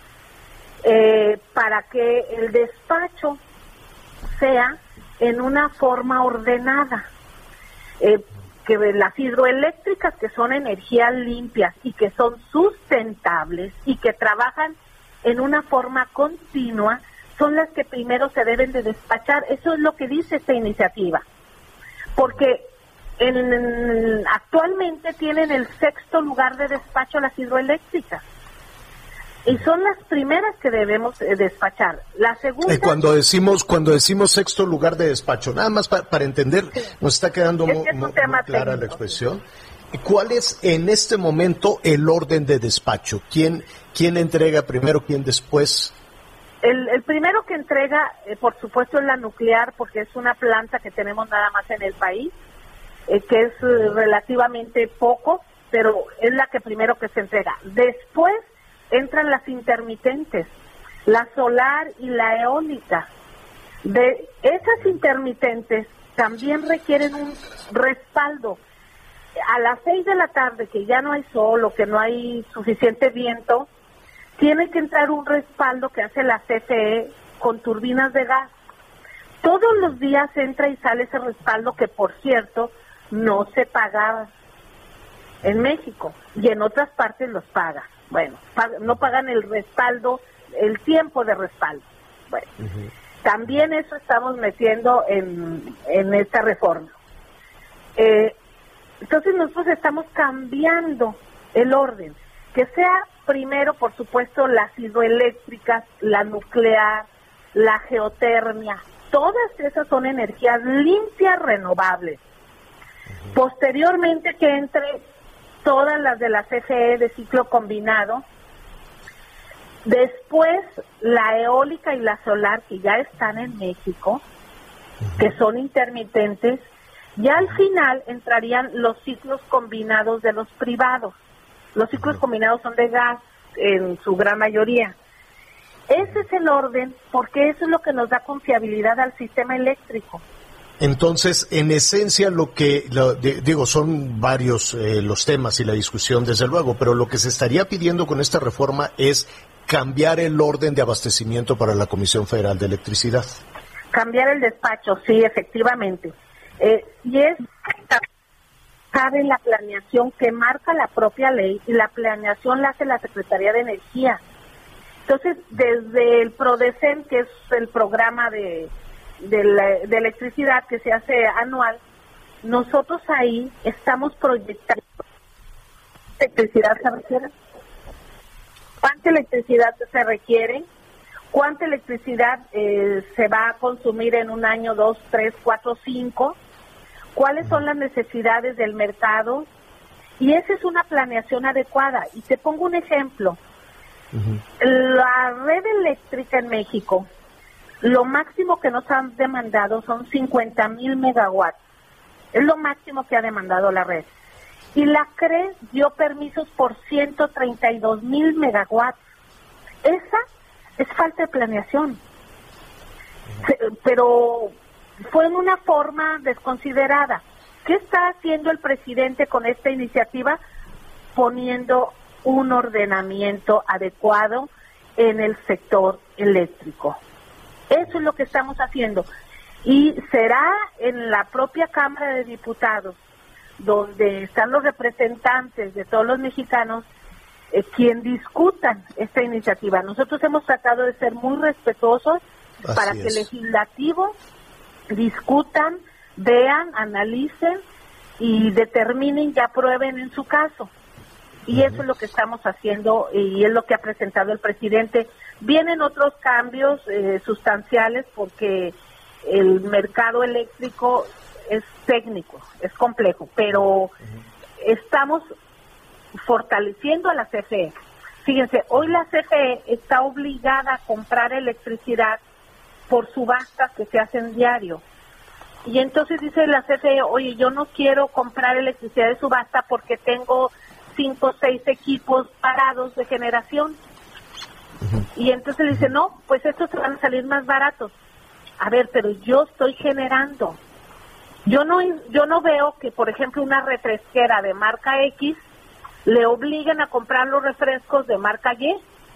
eh, para que el despacho sea en una forma ordenada, eh, que las hidroeléctricas, que son energías limpias y que son sustentables y que trabajan en una forma continua, son las que primero se deben de despachar. Eso es lo que dice esta iniciativa, porque en, actualmente tienen el sexto lugar de despacho las hidroeléctricas y son las primeras que debemos eh, despachar. La segunda, eh, cuando decimos cuando decimos sexto lugar de despacho, nada más pa, para entender, sí, nos está quedando muy, muy clara técnico. La expresión. ¿Cuál es en este momento el orden de despacho? ¿Quién quién entrega primero, quién después? El, el primero que entrega, eh, por supuesto, es la nuclear, porque es una planta que tenemos nada más en el país, eh, que es eh, relativamente poco, pero es la que primero que se entrega. Después entran las intermitentes, la solar y la eólica. De esas intermitentes también requieren un respaldo. A las seis de la tarde, que ya no hay sol o que no hay suficiente viento, tiene que entrar un respaldo que hace la C F E con turbinas de gas. Todos los días entra y sale ese respaldo que, por cierto, no se pagaba en México y en otras partes los paga. Bueno, pag- no pagan el respaldo, el tiempo de respaldo. Bueno, uh-huh. También eso estamos metiendo en, en esta reforma. Eh, entonces nosotros estamos cambiando el orden, que sea primero, por supuesto, las hidroeléctricas, la nuclear, la geotermia, todas esas son energías limpias, renovables. Uh-huh. Posteriormente que entre todas las de la C F E de ciclo combinado, después la eólica y la solar, que ya están en México, que son intermitentes, y al final entrarían los ciclos combinados de los privados. Los ciclos combinados son de gas en su gran mayoría. Ese es el orden, porque eso es lo que nos da confiabilidad al sistema eléctrico. Entonces, en esencia, lo que, lo, de, digo, son varios eh, los temas y la discusión, desde luego, pero lo que se estaría pidiendo con esta reforma es cambiar el orden de abastecimiento para la Comisión Federal de Electricidad. Cambiar el despacho, sí, efectivamente. Eh, y es sabe la planeación que marca la propia ley, y la planeación la hace la Secretaría de Energía. Entonces, desde el PRODECEN, que es el programa de, de, la, de electricidad que se hace anual, nosotros ahí estamos proyectando electricidad se requiere, cuánta electricidad se requiere, cuánta electricidad eh, se va a consumir en un año, dos, tres, cuatro, cinco, cuáles son las necesidades del mercado, y esa es una planeación adecuada. Y te pongo un ejemplo. Uh-huh. La red eléctrica en México, lo máximo que nos han demandado son cincuenta mil megawatts. Es lo máximo que ha demandado la red. Y la C R E dio permisos por ciento treinta y dos mil megawatts. Esa es falta de planeación. Pero fue en una forma desconsiderada. ¿Qué está haciendo el presidente con esta iniciativa? Poniendo un ordenamiento adecuado en el sector eléctrico. Eso es lo que estamos haciendo. Y será en la propia Cámara de Diputados, donde están los representantes de todos los mexicanos, eh, quien discutan esta iniciativa. Nosotros hemos tratado de ser muy respetuosos Así para es. que el legislativo discutan, vean, analicen y determinen y aprueben en su caso. Y uh-huh. eso es lo que estamos haciendo y es lo que ha presentado el presidente. Vienen otros cambios eh, sustanciales porque el mercado eléctrico es técnico, es complejo, pero uh-huh. estamos fortaleciendo a la C F E. Fíjense, hoy la C F E está obligada a comprar electricidad por subastas que se hacen diario. Y entonces dice la C F E, oye, yo no quiero comprar electricidad de subasta porque tengo cinco o seis equipos parados de generación. Uh-huh. Y entonces le dice, no, pues estos te van a salir más baratos. A ver, pero yo estoy generando. Yo no yo no veo que, por ejemplo, una refresquera de marca X le obliguen a comprar los refrescos de marca Y.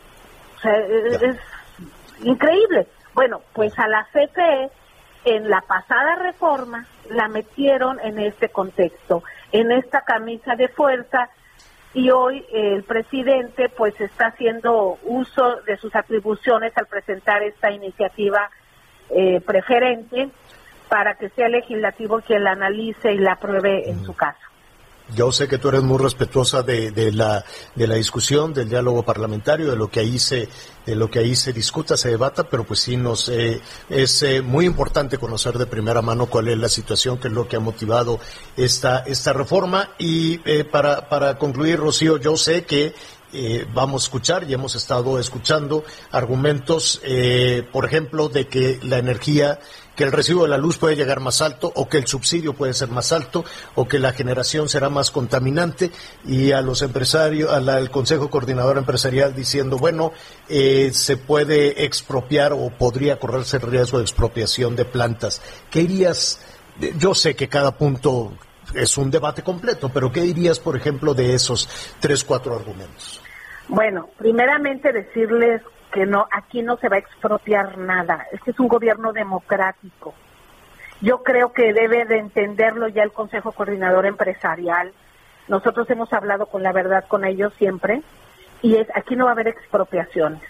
O sea, es, es increíble. Bueno, pues a la C F E en la pasada reforma la metieron en este contexto, en esta camisa de fuerza, y hoy eh, el presidente pues está haciendo uso de sus atribuciones al presentar esta iniciativa eh, preferente para que sea el legislativo quien la analice y la apruebe uh-huh. en su caso. Yo sé que tú eres muy respetuosa de, de la de la discusión, del diálogo parlamentario, de lo que ahí se de lo que ahí se discuta, se debata, pero pues sí nos eh, es eh, muy importante conocer de primera mano cuál es la situación, qué es lo que ha motivado esta esta reforma. Y eh, para para concluir, Rocío, yo sé que Eh, vamos a escuchar y hemos estado escuchando argumentos, eh, por ejemplo, de que la energía, que el recibo de la luz puede llegar más alto, o que el subsidio puede ser más alto, o que la generación será más contaminante, y a los empresarios, al Consejo Coordinador Empresarial diciendo, bueno, eh, se puede expropiar o podría correrse el riesgo de expropiación de plantas. ¿Qué dirías? Yo sé que cada punto es un debate completo, pero ¿qué dirías, por ejemplo, de esos tres, cuatro argumentos? Bueno, primeramente decirles que no, aquí no se va a expropiar nada. Este es un gobierno democrático. Yo creo que debe de entenderlo ya el Consejo Coordinador Empresarial. Nosotros hemos hablado con la verdad con ellos siempre, y es aquí no va a haber expropiaciones.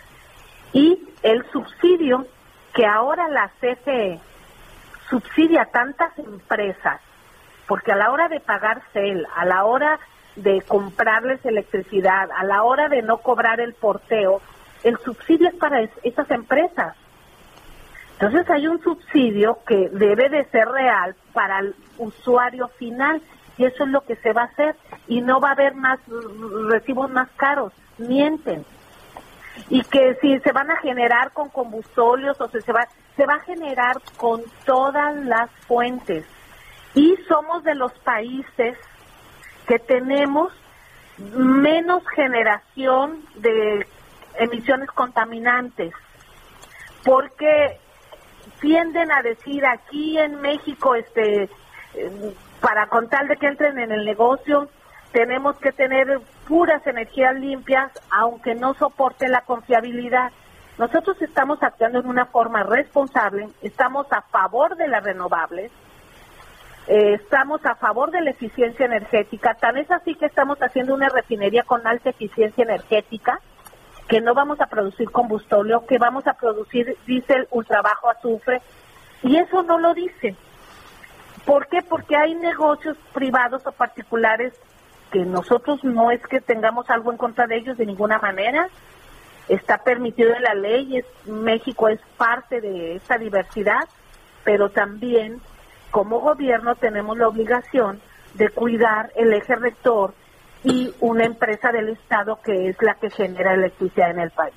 Y el subsidio que ahora la C F E subsidia a tantas empresas, porque a la hora de pagar C E L, a la hora de comprarles electricidad, a la hora de no cobrar el porteo, el subsidio es para es, esas empresas. Entonces hay un subsidio que debe de ser real para el usuario final, y eso es lo que se va a hacer, y no va a haber más recibos más caros, mienten. Y que si se van a generar con combustóleos o si se va, se va a generar con todas las fuentes. Y somos de los países que tenemos menos generación de emisiones contaminantes, porque tienden a decir aquí en México, este, para con tal de que entren en el negocio, tenemos que tener puras energías limpias, aunque no soporte la confiabilidad. Nosotros estamos actuando en una forma responsable, estamos a favor de las renovables, eh, estamos a favor de la eficiencia energética, tan es así que estamos haciendo una refinería con alta eficiencia energética, que no vamos a producir combustóleo, que vamos a producir diésel ultra bajo azufre, y eso no lo dice. ¿Por qué? Porque hay negocios privados o particulares que nosotros no es que tengamos algo en contra de ellos de ninguna manera, está permitido en la ley, es, México es parte de esa diversidad, pero también como gobierno tenemos la obligación de cuidar el eje rector y una empresa del Estado que es la que genera electricidad en el país.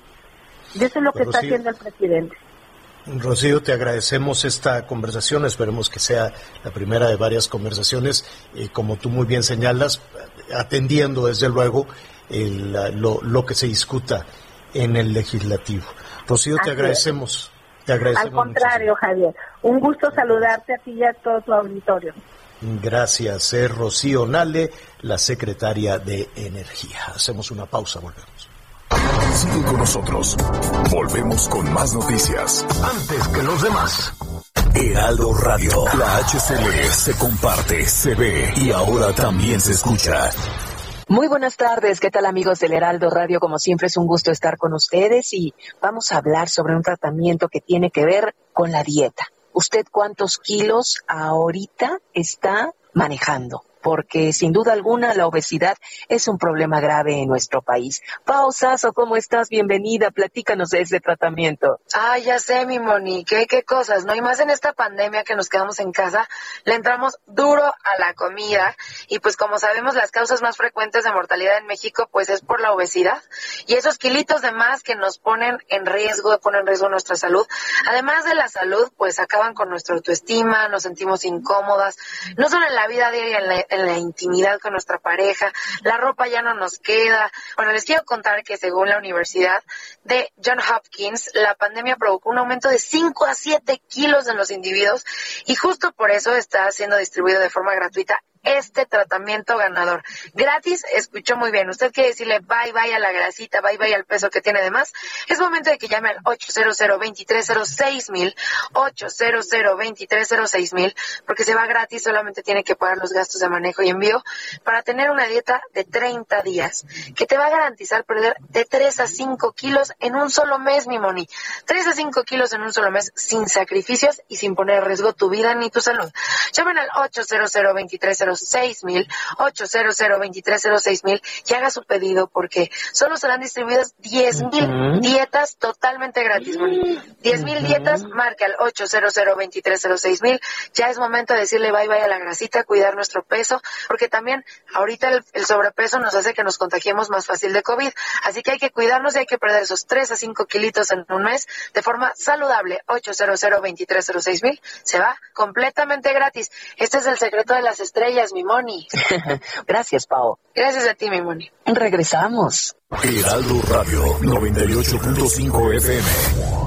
Y eso es lo que está haciendo el presidente. Rocío, te agradecemos esta conversación, esperemos que sea la primera de varias conversaciones, eh, como tú muy bien señalas, atendiendo desde luego el, lo, lo que se discuta en el legislativo. Rocío, te Así agradecemos. Es. Te agradecemos. Al contrario, muchísimo. Javier, un gusto saludarte a ti y a todo tu auditorio. Gracias, es Rocío Nale, la secretaria de Energía. Hacemos una pausa, volvemos. Sigue con nosotros. Volvemos con más noticias. Antes que los demás. Heraldo Radio. La H C L se comparte, se ve y ahora también se escucha. Muy buenas tardes, ¿qué tal amigos del Heraldo Radio? Como siempre es un gusto estar con ustedes y vamos a hablar sobre un tratamiento que tiene que ver con la dieta. ¿Usted cuántos kilos ahorita está manejando? Porque sin duda alguna la obesidad es un problema grave en nuestro país. Pao Sasso, ¿cómo estás? Bienvenida, platícanos de ese tratamiento. Ah, ya sé, mi Moni, qué, qué cosas, ¿no? Y más en esta pandemia que nos quedamos en casa, le entramos duro a la comida y pues como sabemos las causas más frecuentes de mortalidad en México pues es por la obesidad y esos kilitos de más que nos ponen en riesgo, ponen en riesgo nuestra salud. Además de la salud, pues acaban con nuestra autoestima, nos sentimos incómodas, no solo en la vida diaria, en la en la intimidad con nuestra pareja, la ropa ya no nos queda. Bueno, les quiero contar que según la Universidad de Johns Hopkins, la pandemia provocó un aumento de cinco a siete kilos en los individuos y justo por eso está siendo distribuido de forma gratuita este tratamiento ganador. Gratis, escuchó muy bien. Usted quiere decirle bye bye a la grasita, bye bye al peso que tiene de más. Es momento de que llame al ocho cero cero, dos tres cero seis mil, ocho cero cero, dos tres cero seis mil, porque se va gratis, solamente tiene que pagar los gastos de manejo y envío para tener una dieta de treinta días, que te va a garantizar perder de tres a cinco kilos en un solo mes, mi Moni. tres a cinco kilos en un solo mes, sin sacrificios y sin poner en riesgo tu vida ni tu salud. Llamen al ocho cero cero, dos tres cero seis mil, ocho cero cero, dos tres cero seis mil y haga su pedido porque solo serán distribuidas diez mil uh-huh. dietas totalmente gratis. diez mil uh-huh. dietas, marca al ocho cero cero, dos tres cero seis mil. Ya es momento de decirle bye bye a la grasita, cuidar nuestro peso, porque también ahorita el, el sobrepeso nos hace que nos contagiemos más fácil de COVID. Así que hay que cuidarnos y hay que perder esos tres a cinco kilitos en un mes de forma saludable. ocho cero cero, dos tres cero seis mil. Se va completamente gratis. Este es el secreto de las estrellas, mi Moni. Gracias, Pao. Gracias a ti, mi Moni. Regresamos. Heraldo Radio noventa y ocho punto cinco F M.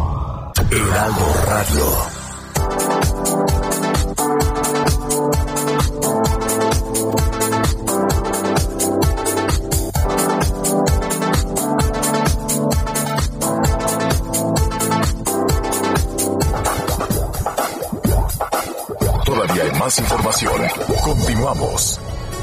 Heraldo Radio. Todavía hay más información. Continuamos.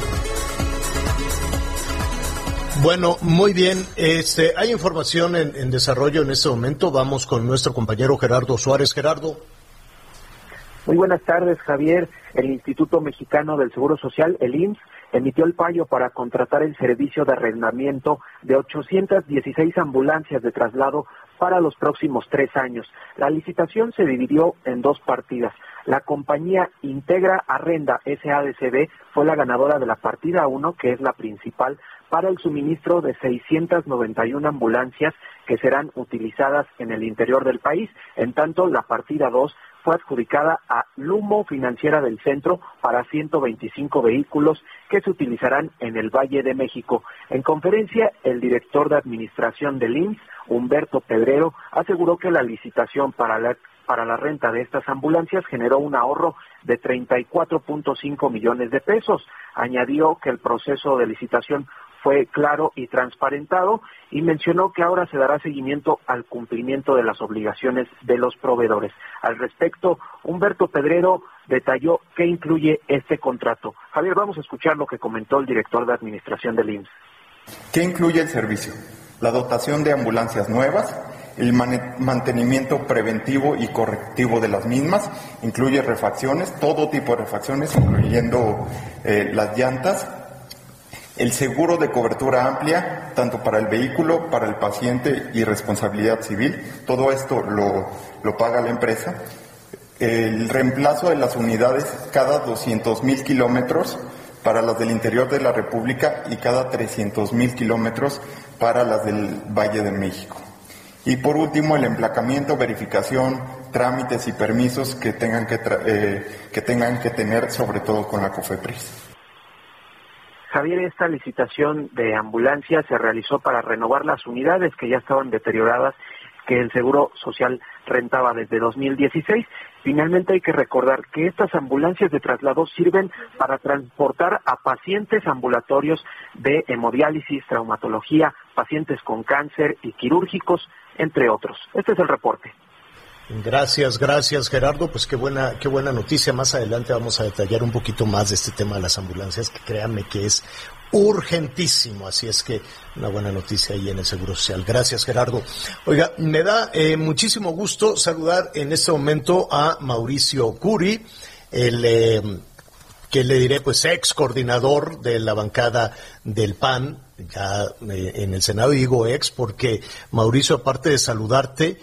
Bueno, muy bien. Este, hay información en, en desarrollo en este momento. Vamos con nuestro compañero Gerardo Suárez. Gerardo. Muy buenas tardes, Javier. El Instituto Mexicano del Seguro Social, el I M S S, emitió el fallo para contratar el servicio de arrendamiento de ochocientas dieciséis ambulancias de traslado para los próximos tres años. La licitación se dividió en dos partidas. La compañía Integra Arrenda S A D C B fue la ganadora de la partida uno, que es la principal, para el suministro de seiscientas noventa y una ambulancias que serán utilizadas en el interior del país. En tanto, la partida dos fue adjudicada a Lumo Financiera del Centro para ciento veinticinco vehículos que se utilizarán en el Valle de México. En conferencia, el director de administración del I M S S, Humberto Pedrero, aseguró que la licitación para la para la renta de estas ambulancias generó un ahorro de treinta y cuatro punto cinco millones de pesos. Añadió que el proceso de licitación fue claro y transparentado y mencionó que ahora se dará seguimiento al cumplimiento de las obligaciones de los proveedores. Al respecto, Humberto Pedrero detalló qué incluye este contrato. Javier, vamos a escuchar lo que comentó el director de administración del I M S S. ¿Qué incluye el servicio? La dotación de ambulancias nuevas, el mantenimiento preventivo y correctivo de las mismas, incluye refacciones, todo tipo de refacciones, incluyendo eh, las llantas, el seguro de cobertura amplia, tanto para el vehículo, para el paciente y responsabilidad civil, todo esto lo, lo paga la empresa, el reemplazo de las unidades cada doscientos mil kilómetros para las del interior de la República y cada trescientos mil kilómetros para las del Valle de México. Y por último, el emplacamiento, verificación, trámites y permisos que tengan que, tra- eh, que tengan que tener, sobre todo con la COFEPRIS. Javier, esta licitación de ambulancias se realizó para renovar las unidades que ya estaban deterioradas, que el Seguro Social rentaba desde dos mil dieciséis. Finalmente hay que recordar que estas ambulancias de traslado sirven para transportar a pacientes ambulatorios de hemodiálisis, traumatología, pacientes con cáncer y quirúrgicos, entre otros. Este es el reporte. Gracias, gracias Gerardo, pues qué buena, qué buena noticia. Más adelante vamos a detallar un poquito más de este tema de las ambulancias, que créanme que es urgentísimo, así es que una buena noticia ahí en el Seguro Social. Gracias Gerardo. Oiga, me da eh, muchísimo gusto saludar en este momento a Mauricio Curi, el eh, que le diré pues ex coordinador de la bancada del P A N, ya eh, en el Senado, digo ex porque Mauricio, aparte de saludarte,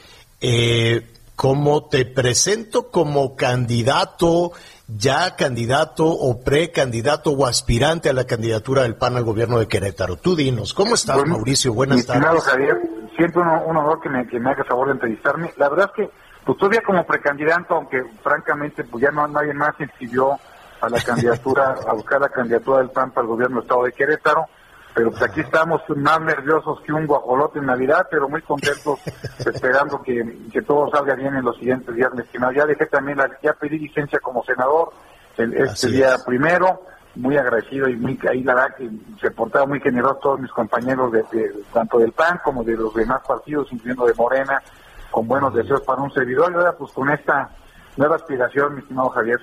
eh, como te presento como candidato, ya candidato o precandidato o aspirante a la candidatura del P A N al gobierno de Querétaro. Tú dinos, ¿cómo estás, bueno, Mauricio? Buenas tardes. Estimado Javier, siempre un, un honor que me, que me haga favor de entrevistarme. La verdad es que pues todavía como precandidato, aunque francamente pues ya no nadie más se inscribió a la candidatura, a buscar la candidatura del P A N para el gobierno del estado de Querétaro, pero pues aquí estamos más nerviosos que un guajolote en Navidad, pero muy contentos, esperando que, que todo salga bien en los siguientes días, mi estimado. Ya dejé también, la, ya pedí licencia como senador el, este Así día es. primero, muy agradecido y muy, ahí la verdad que se portaron muy generosos todos mis compañeros, de, de tanto del P A N como de los demás partidos, incluyendo de Morena, con buenos deseos para un servidor, y ahora pues con esta nueva aspiración, mi estimado Javier.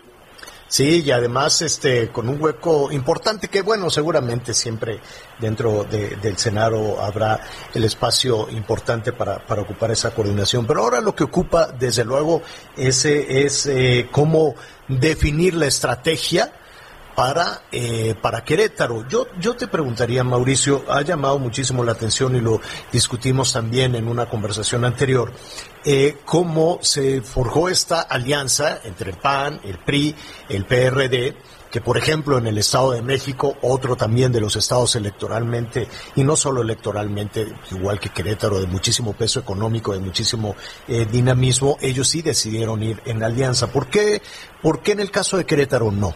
Sí, y además este con un hueco importante que, bueno, seguramente siempre dentro de, del Senado habrá el espacio importante para, para ocupar esa coordinación. Pero ahora lo que ocupa, desde luego, ese es eh, cómo definir la estrategia para eh, para Querétaro. Yo yo te preguntaría, Mauricio, ha llamado muchísimo la atención y lo discutimos también en una conversación anterior, eh, cómo se forjó esta alianza entre el P A N, el P R I, el P R D, que por ejemplo en el Estado de México, otro también de los estados electoralmente, y no solo electoralmente, igual que Querétaro, de muchísimo peso económico, de muchísimo eh, dinamismo, ellos sí decidieron ir en alianza. ¿Por qué, por qué en el caso de Querétaro no?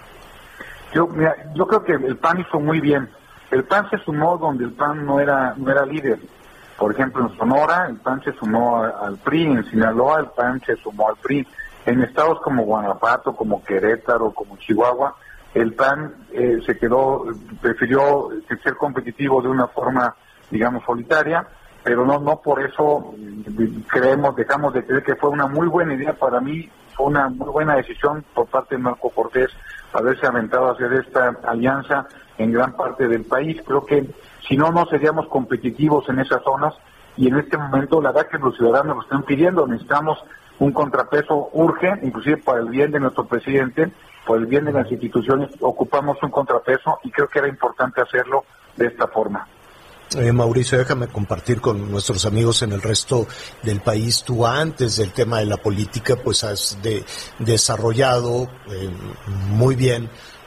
Yo, mira, yo creo que el P A N hizo muy bien. El P A N se sumó donde el P A N no era no era líder. Por ejemplo, en Sonora, el P A N se sumó a, al P R I. En Sinaloa, el P A N se sumó al P R I. En estados como Guanajuato, como Querétaro, como Chihuahua, el P A N eh, se quedó, prefirió ser competitivo de una forma, digamos, solitaria, pero no no por eso creemos, dejamos de creer que fue una muy buena idea. Para mí fue una muy buena decisión por parte de Marco Cortés haberse aventado a hacer esta alianza en gran parte del país. Creo que si no, no seríamos competitivos en esas zonas, y en este momento la verdad que los ciudadanos lo están pidiendo. Necesitamos un contrapeso, urge, inclusive para el bien de nuestro presidente, por el bien de las instituciones, ocupamos un contrapeso y creo que era importante hacerlo de esta forma. Eh, Mauricio, déjame compartir con nuestros amigos en el resto del país. Tú, antes del tema de la política, pues has de, desarrollado eh, muy bien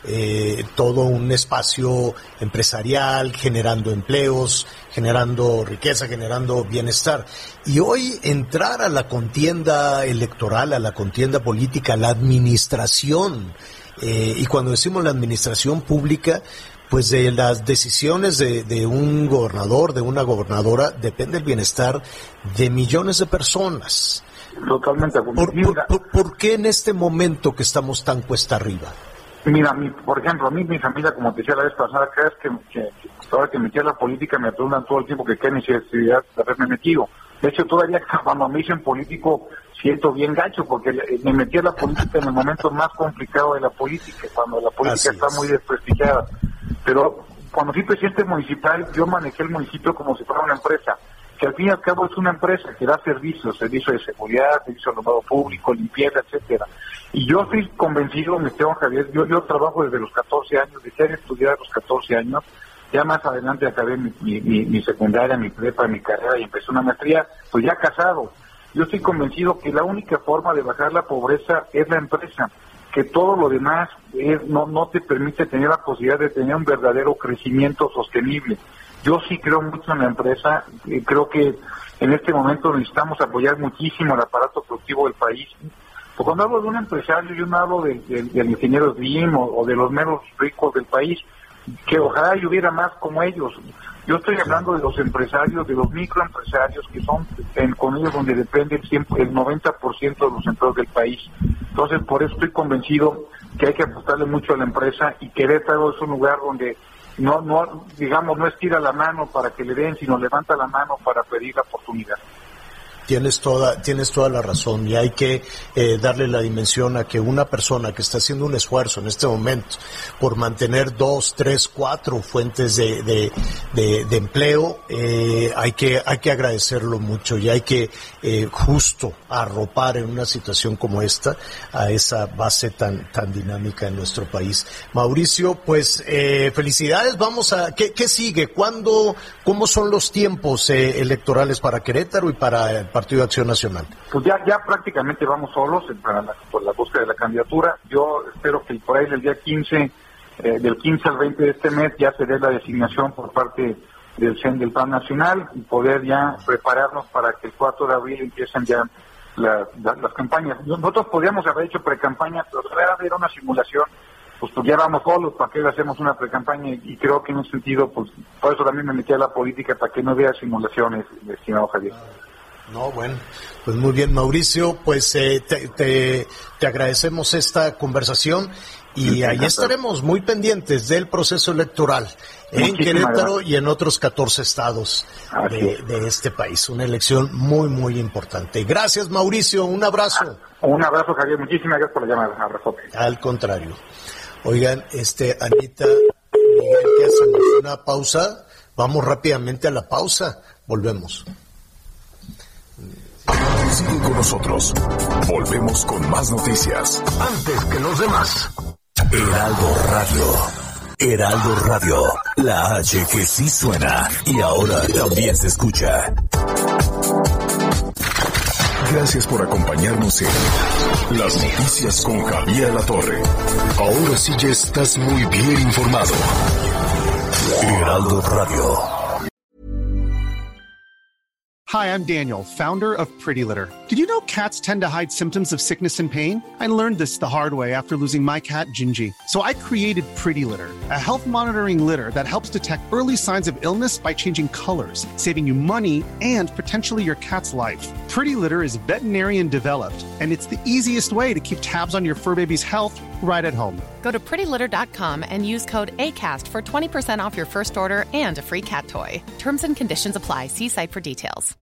eh, todo un espacio empresarial, generando empleos, generando riqueza, generando bienestar. Y hoy entrar a la contienda electoral, a la contienda política, a la administración, eh, y cuando decimos la administración pública, pues de las decisiones de, de un gobernador, de una gobernadora, depende el bienestar de millones de personas. Totalmente. ¿Por, por, por, ¿Por qué en este momento que estamos tan cuesta arriba? Mira, mi, por ejemplo, a mí, mi familia, como te decía la vez pasada, cada vez que, que, que ahora que metí a la política me preguntan todo el tiempo que qué necesidad de haberme metido. De hecho, todavía cuando me dicen político, siento bien gacho, porque me metí a la política en el momento más complicado de la política, cuando la política Así está es. muy desprestigiada. Pero cuando fui presidente municipal, yo manejé el municipio como si fuera una empresa, que al fin y al cabo es una empresa que da servicios, servicio de seguridad, servicio de alumbrado público, limpieza, etcétera. Y yo estoy convencido, mi Esteban Javier, yo, yo trabajo desde los catorce años, dejé de estudiar a los catorce años, ya más adelante acabé mi, mi, mi, mi secundaria, mi prepa, mi carrera y empecé una maestría, pues ya casado. Yo estoy convencido que la única forma de bajar la pobreza es la empresa, que todo lo demás es, no, no te permite tener la posibilidad de tener un verdadero crecimiento sostenible. Yo sí creo mucho en la empresa, eh, creo que en este momento necesitamos apoyar muchísimo el aparato productivo del país. Porque cuando hablo de un empresario, yo no hablo de, de, del ingeniero Slim o, o de los menos ricos del país, que ojalá y hubiera más como ellos. Yo estoy hablando de los empresarios, de los microempresarios, que son en, con ellos donde depende el, cien, el noventa por ciento de los empleos del país. Entonces, por eso estoy convencido que hay que apostarle mucho a la empresa, y Querétaro es un lugar donde no, no digamos, no estira la mano para que le den, sino levanta la mano para pedir la oportunidad. Tienes toda, tienes toda la razón, y hay que eh, darle la dimensión a que una persona que está haciendo un esfuerzo en este momento por mantener dos, tres, cuatro fuentes de, de, de, de empleo, eh, hay que, hay que agradecerlo mucho, y hay que eh, justo arropar en una situación como esta a esa base tan, tan dinámica en nuestro país. Mauricio, pues eh, felicidades. Vamos a, ¿qué, qué sigue? ¿Cuándo, cómo son los tiempos eh, electorales para Querétaro y para el Partido de Acción Nacional? Pues ya ya prácticamente vamos solos para la, por la búsqueda de la candidatura. Yo espero que por ahí del día quince, eh, del quince al veinte de este mes ya se dé la designación por parte del C E N del Plan Nacional, y poder ya prepararnos para que el cuatro de abril empiecen ya la, la, las campañas. Nosotros podríamos haber hecho pre-campaña, pero era una simulación. Pues, pues ya vamos solos, ¿para qué hacemos una pre-campaña? Y, y creo que en un sentido, pues por eso también me metí a la política, para que no hubiera simulaciones, estimado Javier. No, bueno, pues muy bien, Mauricio, pues eh, te, te, te agradecemos esta conversación, y ahí estaremos muy pendientes del proceso electoral en Querétaro y en otros catorce estados de, de este país. Una elección muy, muy importante. Gracias, Mauricio, un abrazo. Un abrazo, Javier, muchísimas gracias por la llamada. Abrazo. Al contrario. Oigan, este, Anita, Miguel, ¿qué hacemos? Una pausa. Vamos rápidamente a la pausa. Volvemos. Sigue con nosotros. Volvemos con más noticias. Antes que los demás. Heraldo Radio. Heraldo Radio. La H que sí suena y ahora también se escucha. Gracias por acompañarnos en Las Noticias con Javier Alatorre. Ahora sí ya estás muy bien informado. Heraldo Radio. Hi, I'm Daniel, founder of Pretty Litter. Did you know cats tend to hide symptoms of sickness and pain? I learned this the hard way after losing my cat, Gingy. So I created Pretty Litter, a health monitoring litter that helps detect early signs of illness by changing colors, saving you money and potentially your cat's life. Pretty Litter is veterinarian developed, and it's the easiest way to keep tabs on your fur baby's health right at home. Go to pretty litter dot com and use code ACAST for twenty percent off your first order and a free cat toy. Terms and conditions apply. See site for details.